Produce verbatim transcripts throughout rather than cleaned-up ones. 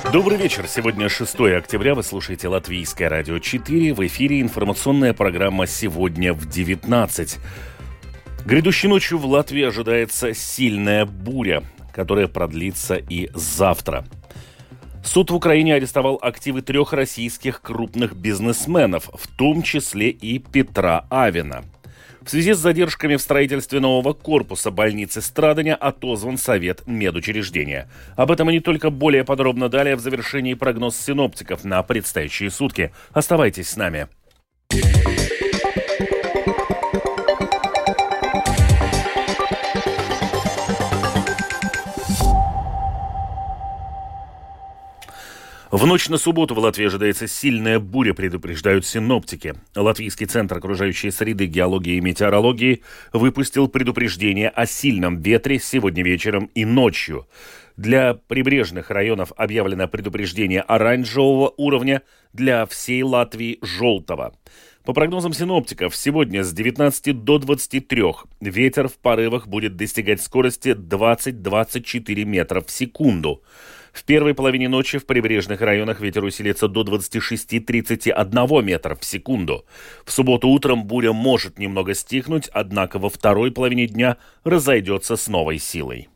Добрый вечер. Сегодня шестое октября. Вы слушаете Латвийское радио четыре. В эфире информационная программа «Сегодня в девятнадцать». Грядущей ночью в Латвии ожидается сильная буря, которая продлится и завтра. Суд в Украине арестовал активы трех российских крупных бизнесменов, в том числе и Петра Авена. В связи с задержками в строительстве нового корпуса больницы Страдания отозван Совет медучреждения. Об этом и не только, более подробно далее в завершении прогноз синоптиков на предстоящие сутки. Оставайтесь с нами. В ночь на субботу в Латвии ожидается сильная буря, предупреждают синоптики. Латвийский центр окружающей среды, геологии и метеорологии выпустил предупреждение о сильном ветре сегодня вечером и ночью. Для прибрежных районов объявлено предупреждение оранжевого уровня, для всей Латвии – желтого. По прогнозам синоптиков, сегодня с девятнадцати до двадцати трёх ветер в порывах будет достигать скорости двадцать-двадцать четыре метра в секунду. В первой половине ночи в прибрежных районах ветер усилится до двадцати шести - тридцати одного метра в секунду. В субботу утром буря может немного стихнуть, однако во второй половине дня разойдется с новой силой.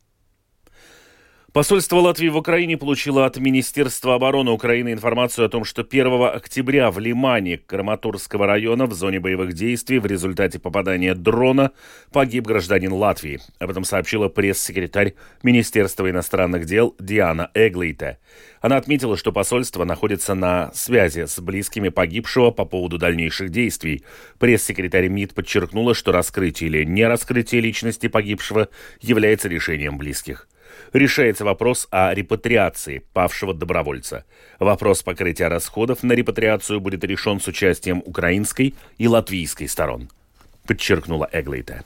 Посольство Латвии в Украине получило от Министерства обороны Украины информацию о том, что первого октября в Лимане Краматорского района в зоне боевых действий в результате попадания дрона погиб гражданин Латвии. Об этом сообщила пресс-секретарь Министерства иностранных дел Диана Эглите. Она отметила, что посольство находится на связи с близкими погибшего по поводу дальнейших действий. Пресс-секретарь МИД подчеркнула, что раскрытие или не раскрытие личности погибшего является решением близких. Решается вопрос о репатриации павшего добровольца. Вопрос покрытия расходов на репатриацию будет решен с участием украинской и латвийской сторон, подчеркнула Эглите.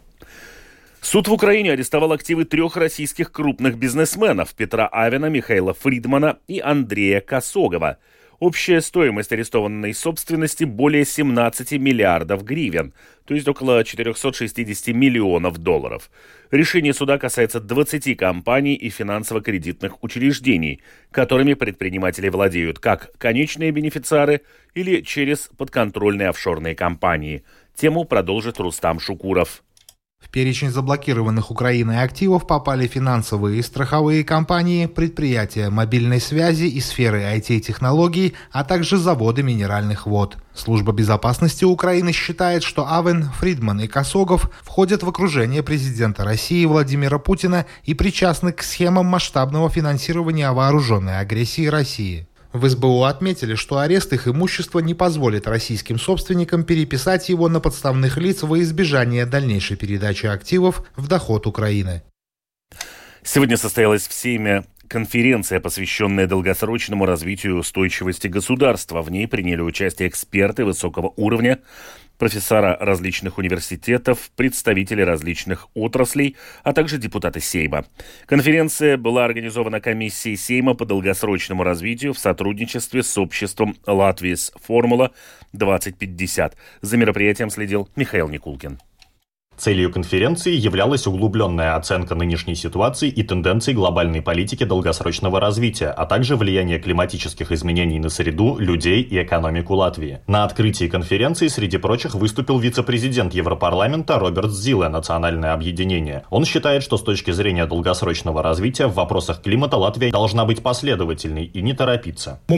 Суд в Украине арестовал активы трех российских крупных бизнесменов – Петра Авена, Михаила Фридмана и Андрея Косогова. Общая стоимость арестованной собственности более семнадцати миллиардов гривен, то есть около четырехсот шестидесяти миллионов долларов. Решение суда касается двадцати компаний и финансово-кредитных учреждений, которыми предприниматели владеют как конечные бенефициары или через подконтрольные офшорные компании. Тему продолжит Рустам Шукуров. В перечень заблокированных Украиной активов попали финансовые и страховые компании, предприятия мобильной связи и сферы ай ти-технологий, а также заводы минеральных вод. Служба безопасности Украины считает, что Авен, Фридман и Косогов входят в окружение президента России Владимира Путина и причастны к схемам масштабного финансирования вооруженной агрессии России. В эс бэ у отметили, что арест их имущества не позволит российским собственникам переписать его на подставных лиц во избежание дальнейшей передачи активов в доход Украины. Сегодня состоялась в Сейме конференция, посвященная долгосрочному развитию и устойчивости государства. В ней приняли участие эксперты высокого уровня, профессора различных университетов, представители различных отраслей, а также депутаты Сейма. Конференция была организована комиссией Сейма по долгосрочному развитию в сотрудничестве с обществом Латвийс Формула двадцать пятьдесят. За мероприятием следил Михаил Никулкин. Целью конференции являлась углубленная оценка нынешней ситуации и тенденций глобальной политики долгосрочного развития, а также влияние климатических изменений на среду, людей и экономику Латвии. На открытии конференции, среди прочих, выступил вице-президент Европарламента Роберт Зиле, Национальное объединение. Он считает, что с точки зрения долгосрочного развития в вопросах климата Латвия должна быть последовательной и не торопиться. Нам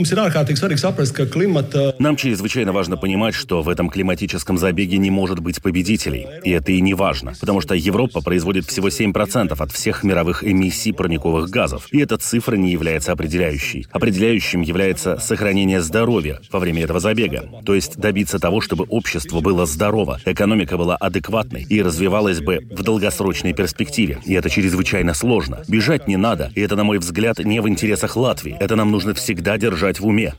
чрезвычайно важно понимать, что в этом климатическом забеге не может быть победителей. И это и не важно, потому что Европа производит всего семь процентов от всех мировых эмиссий парниковых газов. И эта цифра не является определяющей. Определяющим является сохранение здоровья во время этого забега. То есть добиться того, чтобы общество было здорово, экономика была адекватной и развивалась бы в долгосрочной перспективе. И это чрезвычайно сложно. Бежать не надо. И это, на мой взгляд, не в интересах Латвии. Это нам нужно всегда держать в уме.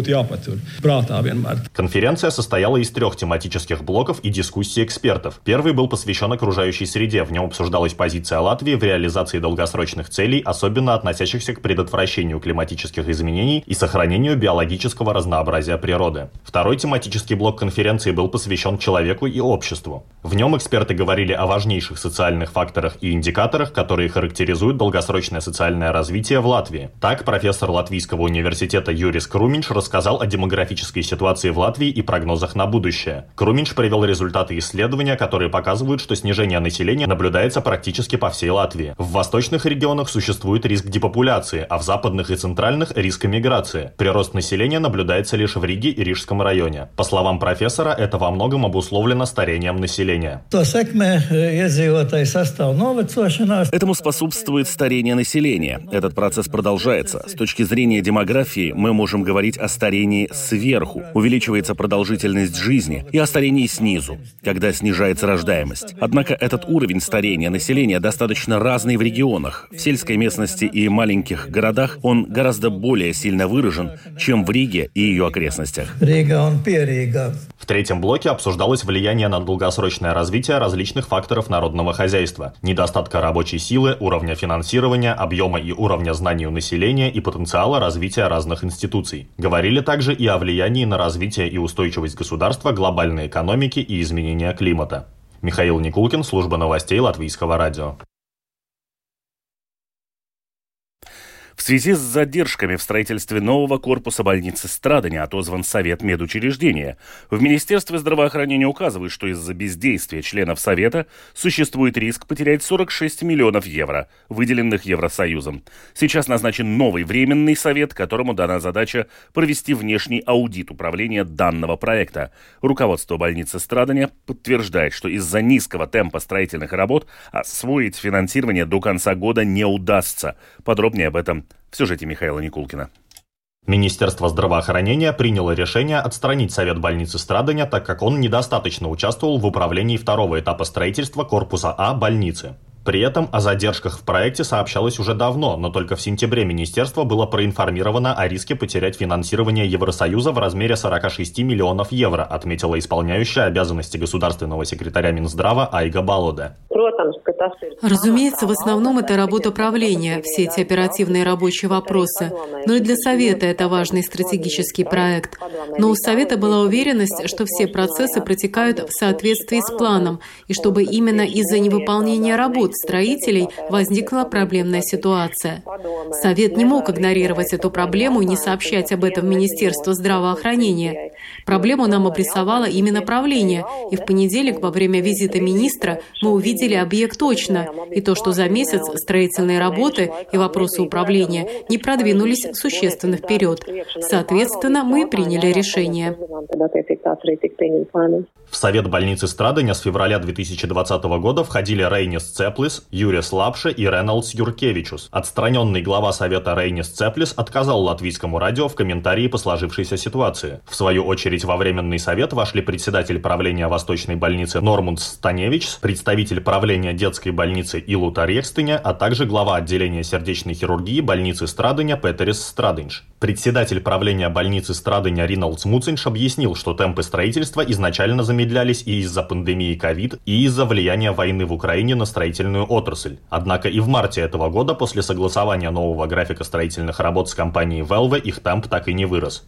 Конференция состояла из трех тематических блоков и дискуссий экспертов. Первый был был посвящен окружающей среде. В нем обсуждалась позиция Латвии в реализации долгосрочных целей, особенно относящихся к предотвращению климатических изменений и сохранению биологического разнообразия природы. Второй тематический блок конференции был посвящен человеку и обществу. В нем эксперты говорили о важнейших социальных факторах и индикаторах, которые характеризуют долгосрочное социальное развитие в Латвии. Так, профессор Латвийского университета Юрис Круминш рассказал о демографической ситуации в Латвии и прогнозах на будущее. Круминш привел результаты исследования, которые показывают, что снижение населения наблюдается практически по всей Латвии. В восточных регионах существует риск депопуляции, а в западных и центральных – риск эмиграции. Прирост населения наблюдается лишь в Риге и Рижском районе. По словам профессора, это во многом обусловлено старением населения. Этому способствует старение населения. Этот процесс продолжается. С точки зрения демографии мы можем говорить о старении сверху. Увеличивается продолжительность жизни, и о старении снизу, когда снижается рождаемость. Однако этот уровень старения населения достаточно разный в регионах. В сельской местности и маленьких городах он гораздо более сильно выражен, чем в Риге и ее окрестностях. В третьем блоке обсуждалось влияние на долгосрочное развитие различных факторов народного хозяйства: недостатка рабочей силы, уровня финансирования, объема и уровня знаний у населения и потенциала развития разных институций. Говорили также и о влиянии на развитие и устойчивость государства, глобальной экономики и изменения климата. Михаил Никулкин, служба новостей Латвийского радио. В связи с задержками в строительстве нового корпуса больницы Страдания отозван Совет медучреждения. В Министерстве здравоохранения указывают, что из-за бездействия членов Совета существует риск потерять сорок шесть миллионов евро, выделенных Евросоюзом. Сейчас назначен новый временный совет, которому дана задача провести внешний аудит управления данного проекта. Руководство больницы Страдания подтверждает, что из-за низкого темпа строительных работ освоить финансирование до конца года не удастся. Подробнее об этом в сюжете Михаила Никулкина. Министерство здравоохранения приняло решение отстранить Совет больницы Страдания, так как он недостаточно участвовал в управлении второго этапа строительства корпуса А больницы. При этом о задержках в проекте сообщалось уже давно, но только в сентябре министерство было проинформировано о риске потерять финансирование Евросоюза в размере сорок шесть миллионов евро, отметила исполняющая обязанности государственного секретаря Минздрава Айга Балоде. Разумеется, в основном это работа правления, все эти оперативные рабочие вопросы. Но и для Совета это важный стратегический проект. Но у Совета была уверенность, что все процессы протекают в соответствии с планом, и чтобы именно из-за невыполнения работ строителей возникла проблемная ситуация. Совет не мог игнорировать эту проблему и не сообщать об этом в Министерство здравоохранения. Проблему нам обрисовало именно правление, и в понедельник во время визита министра мы увидели объект точно, и то, что за месяц строительные работы и вопросы управления не продвинулись существенно вперед. Соответственно, мы приняли решение. В Совет больницы Страдания с февраля две тысячи двадцатого года входили Рейнис Цеплис, Юрис Лапше и Реналдс Юркевичус. Отстраненный глава Совета Рейнис Цеплис отказал Латвийскому радио в комментарии по сложившейся ситуации. В свою очередь во Временный совет вошли председатель правления Восточной больницы Нормундс Станевичс, представитель правления детской больницы Илута Рекстыня, а также глава отделения сердечной хирургии больницы Страдания Петерис Страдынш. Председатель правления больницы Страдания Риналдс Муцинш объяснил, что темпы строительства изначально замедлялись и из-за пандемии ковид, и из-за влияния войны в Украине на строительную отрасль. Однако и в марте этого года, после согласования нового графика строительных работ с компанией Велве, их темп так и не вырос.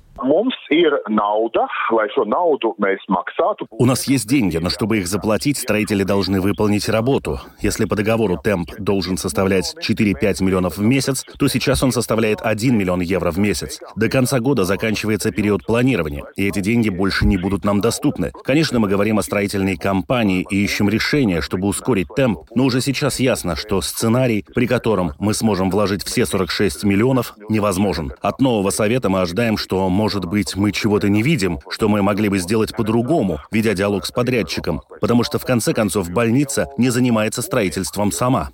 У нас есть деньги, но чтобы их заплатить, строители должны выполнить работу. Если по договору темп должен составлять четыре-пять миллионов в месяц, то сейчас он составляет один миллион евро в месяц. До конца года заканчивается период планирования, и эти деньги больше не будут нам доступны. Конечно, мы говорим о строительной компании и ищем решение, чтобы ускорить темп, но уже сейчас ясно, что сценарий, при котором мы сможем вложить все сорок шесть миллионов, невозможен. От нового совета мы ожидаем, что, может быть, мы чего-то не видим, что мы могли бы сделать по-другому, ведя диалог с подрядчиком, потому что, в конце концов, больница не занимается строительством сама.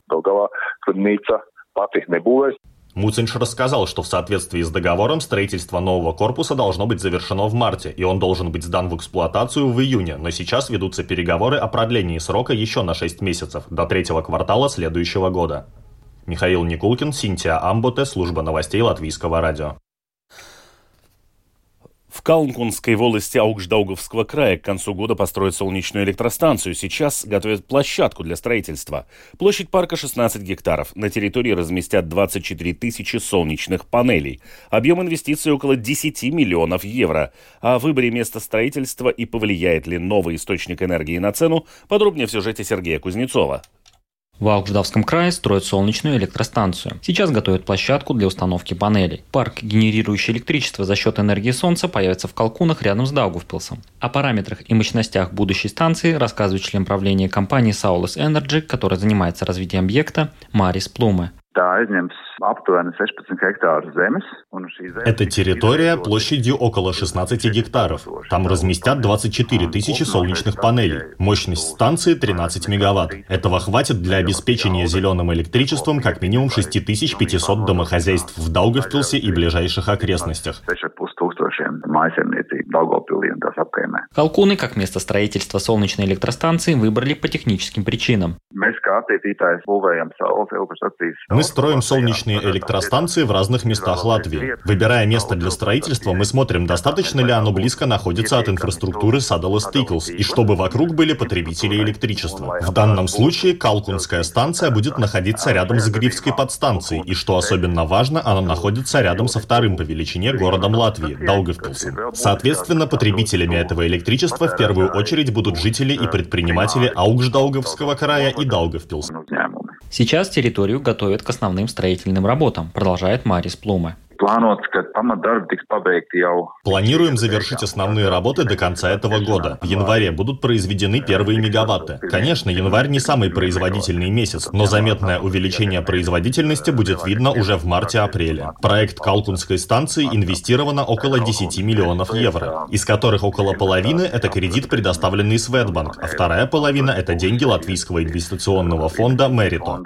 Муцинш рассказал, что в соответствии с договором строительство нового корпуса должно быть завершено в марте, и он должен быть сдан в эксплуатацию в июне, но сейчас ведутся переговоры о продлении срока еще на шесть месяцев, до третьего квартала следующего года. Михаил Никулкин, Синтия Амботе, служба новостей Латвийского радио. В Калнкунской волости Аугждауговского края к концу года построят солнечную электростанцию. Сейчас готовят площадку для строительства. Площадь парка шестнадцать гектаров. На территории разместят двадцать четыре тысячи солнечных панелей. Объем инвестиций около десять миллионов евро. О выборе места строительства и повлияет ли новый источник энергии на цену, подробнее в сюжете Сергея Кузнецова. В Аугждавском крае строят солнечную электростанцию. Сейчас готовят площадку для установки панелей. Парк, генерирующий электричество за счет энергии солнца, появится в Калкунах рядом с Даугавпилсом. О параметрах и мощностях будущей станции рассказывает член правления компании Saules Energy, которая занимается развитием объекта, Марис Плуме. Это территория площадью около шестнадцати гектаров. Там разместят двадцать четыре тысячи солнечных панелей. Мощность станции тринадцать мегаватт. Этого хватит для обеспечения зеленым электричеством как минимум шесть тысяч пятьсот домохозяйств в Даугавпилсе и ближайших окрестностях. Калкуны как место строительства солнечной электростанции выбрали по техническим причинам. Мы строим солнечные электростанции в разных местах Латвии. Выбирая место для строительства, мы смотрим, достаточно ли оно близко находится от инфраструктуры Sadales Tīkls и чтобы вокруг были потребители электричества. В данном случае Калкунская станция будет находиться рядом с Гривской подстанцией, и что особенно важно, она находится рядом со вторым по величине городом Латвии – Даугавпилсом. Соответственно, потребителями этого электричества в первую очередь будут жители и предприниматели Аугждауговского края и Даугавпилса. Сейчас территорию готовят к основным строительным работам, продолжает Марис Плуме. Планируем завершить основные работы до конца этого года. В январе будут произведены первые мегаватты. Конечно, январь не самый производительный месяц, но заметное увеличение производительности будет видно уже в марте-апреле. В проект Калкунской станции инвестировано около десяти миллионов евро, из которых около половины – это кредит, предоставленный Swedbank, а вторая половина – это деньги латвийского инвестиционного фонда Merito.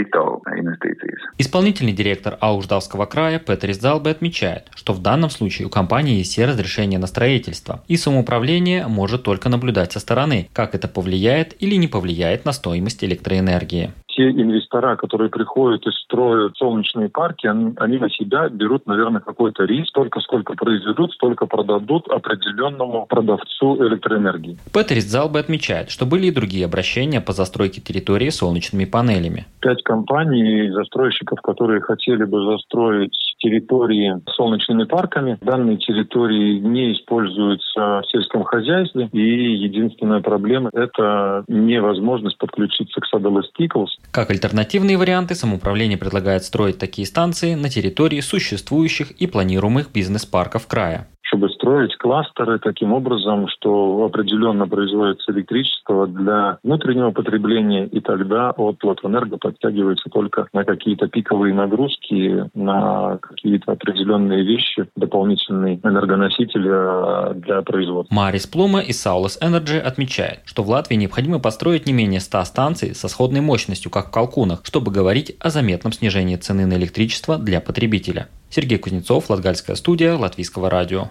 Исполнительный директор Аугждавского края Петерис Залбе отмечает, что в данном случае у компании есть все разрешения на строительство, и самоуправление может только наблюдать со стороны, как это повлияет или не повлияет на стоимость электроэнергии. Те инвестора, которые приходят и строят солнечные парки, они, они на себя берут, наверное, какой-то риск. Столько, сколько произведут, столько продадут определенному продавцу электроэнергии. Петерис Залбе отмечает, что были и другие обращения по застройке территории солнечными панелями. Пять компаний, застройщиков, которые хотели бы застроить территории солнечными парками. Данные территории не используются в сельском хозяйстве, и единственная проблема – это невозможность подключиться к Sadales Tīkls. Как альтернативные варианты, самоуправление предлагает строить такие станции на территории существующих и планируемых бизнес-парков края. Чтобы строить кластеры таким образом, что определенно производится электричество для внутреннего потребления, и тогда от Латвэнерго подтягивается только на какие-то пиковые нагрузки, на какие-то определенные вещи, дополнительные энергоносители для производства. Марис Плуме из Saules Energy отмечает, что в Латвии необходимо построить не менее ста станций со сходной мощностью, как в Калкунах, чтобы говорить о заметном снижении цены на электричество для потребителя. Сергей Кузнецов, Латгальская студия, Латвийского радио.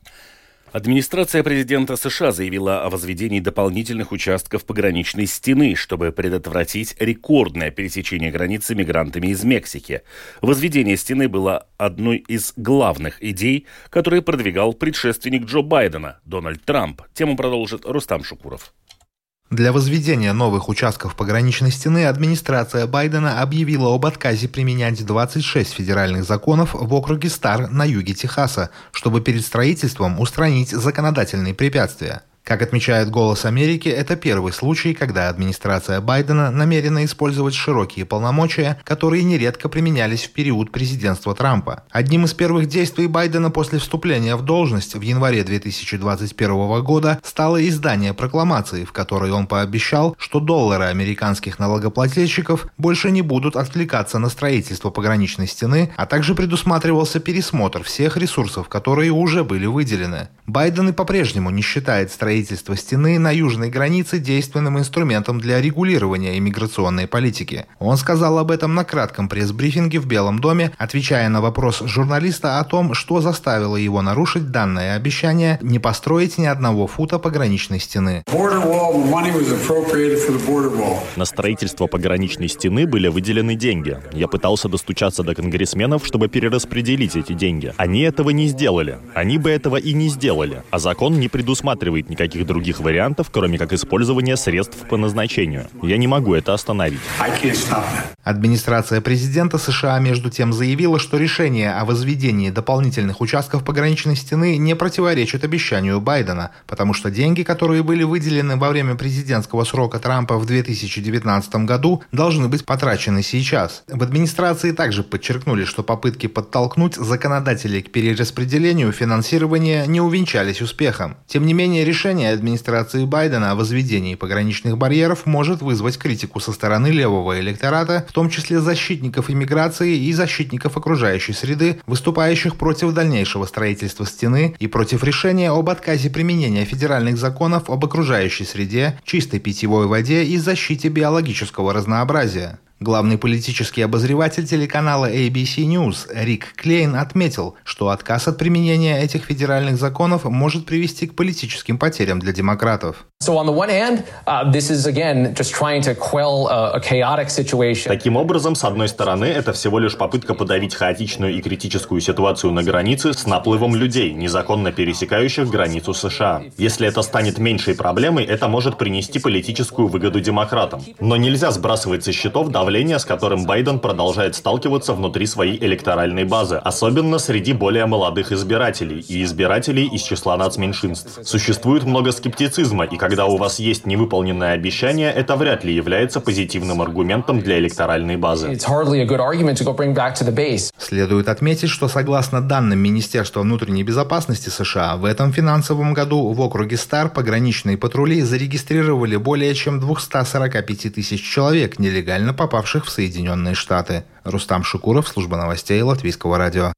Администрация президента США заявила о возведении дополнительных участков пограничной стены, чтобы предотвратить рекордное пересечение границы мигрантами из Мексики. Возведение стены было одной из главных идей, которые продвигал предшественник Джо Байдена, Дональд Трамп. Тему продолжит Рустам Шукуров. Для возведения новых участков пограничной стены администрация Байдена объявила об отказе применять двадцать шесть федеральных законов в округе Стар на юге Техаса, чтобы перед строительством устранить законодательные препятствия. Как отмечает «Голос Америки», это первый случай, когда администрация Байдена намерена использовать широкие полномочия, которые нередко применялись в период президентства Трампа. Одним из первых действий Байдена после вступления в должность в январе две тысячи двадцать первого года стало издание прокламации, в которой он пообещал, что доллары американских налогоплательщиков больше не будут отвлекаться на строительство пограничной стены, а также предусматривался пересмотр всех ресурсов, которые уже были выделены. Байден и по-прежнему не считает строительство строительство стены на южной границе действенным инструментом для регулирования иммиграционной политики. Он сказал об этом на кратком пресс-брифинге в Белом доме, отвечая на вопрос журналиста о том, что заставило его нарушить данное обещание не построить ни одного фута пограничной стены. На строительство пограничной стены были выделены деньги. Я пытался достучаться до конгрессменов, чтобы перераспределить эти деньги. Они этого не сделали. Они бы этого и не сделали. А закон не предусматривает никаких других вариантов, кроме как использования средств по назначению. Я не могу это остановить. Администрация президента США, между тем, заявила, что решение о возведении дополнительных участков пограничной стены не противоречит обещанию Байдена, потому что деньги, которые были выделены во время президентского срока Трампа в две тысячи девятнадцатом году, должны быть потрачены сейчас. В администрации также подчеркнули, что попытки подтолкнуть законодателей к перераспределению финансирования не увенчались успехом. Тем не менее, решение администрации Байдена о возведении пограничных барьеров может вызвать критику со стороны левого электората, в том числе защитников иммиграции и защитников окружающей среды, выступающих против дальнейшего строительства стены и против решения об отказе применения федеральных законов об окружающей среде, чистой питьевой воде и защите биологического разнообразия. Главный политический обозреватель телеканала эй би си News Рик Клейн отметил, что отказ от применения этих федеральных законов может привести к политическим потерям для демократов. Таким образом, с одной стороны, это всего лишь попытка подавить хаотичную и критическую ситуацию на границе с наплывом людей, незаконно пересекающих границу США. Если это станет меньшей проблемой, это может принести политическую выгоду демократам. Но нельзя сбрасывать со счетов давление, с которым Байден продолжает сталкиваться внутри своей электоральной базы, особенно среди более молодых избирателей и избирателей из числа нацменьшинств. Существует много скептицизма, и когда у вас есть невыполненное обещание, это вряд ли является позитивным аргументом для электоральной базы. Следует отметить, что согласно данным Министерства внутренней безопасности США, в этом финансовом году в округе Стар пограничные патрули зарегистрировали более чем двести сорок пять тысяч человек, нелегально попавших в Соединенные Штаты. Рустам Шукуров, служба новостей Латвийского радио.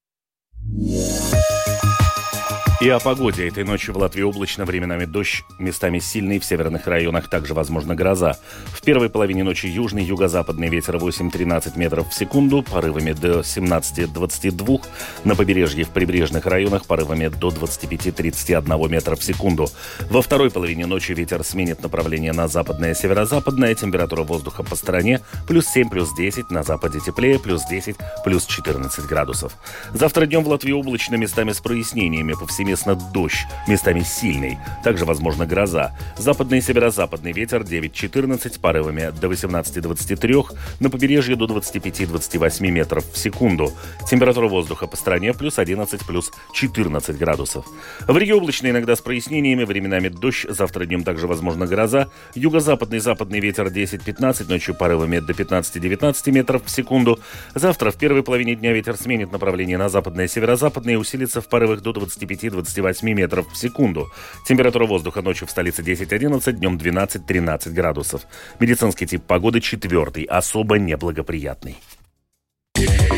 И о погоде. Этой ночью в Латвии облачно, временами дождь, местами сильный, в северных районах также возможна гроза. В первой половине ночи южный, юго-западный ветер восемь-тринадцать метров в секунду, порывами до семнадцати-двадцати двух, на побережье в прибрежных районах порывами до двадцати пяти-тридцати одного метра в секунду. Во второй половине ночи ветер сменит направление на западное, северо-западное, температура воздуха по стране плюс семь, плюс десять, на западе теплее, плюс десять, плюс четырнадцать градусов. Завтра днем в Латвии облачно, местами с прояснениями, повсеместно дождь, местами сильный. Также возможна гроза. Западный и северо-западный ветер девять-четырнадцать, порывами до восемнадцати-двадцати трёх, на побережье до двадцати пяти-двадцати восьми метров в секунду. Температура воздуха по стране плюс одиннадцать, плюс четырнадцать градусов. В Риге облачно, иногда с прояснениями, временами дождь. Завтра днем также возможна гроза. Юго-западный западный ветер десять-пятнадцать, ночью порывами до пятнадцати-девятнадцати метров в секунду. Завтра в первой половине дня ветер сменит направление на западное, северо-западное и усилится в порывах до двадцати пяти-двадцати восьми метров в секунду. Температура воздуха ночью в столице десять-одиннадцать, днем двенадцать-тринадцать градусов. Медицинский тип погоды четвертый, особо неблагоприятный.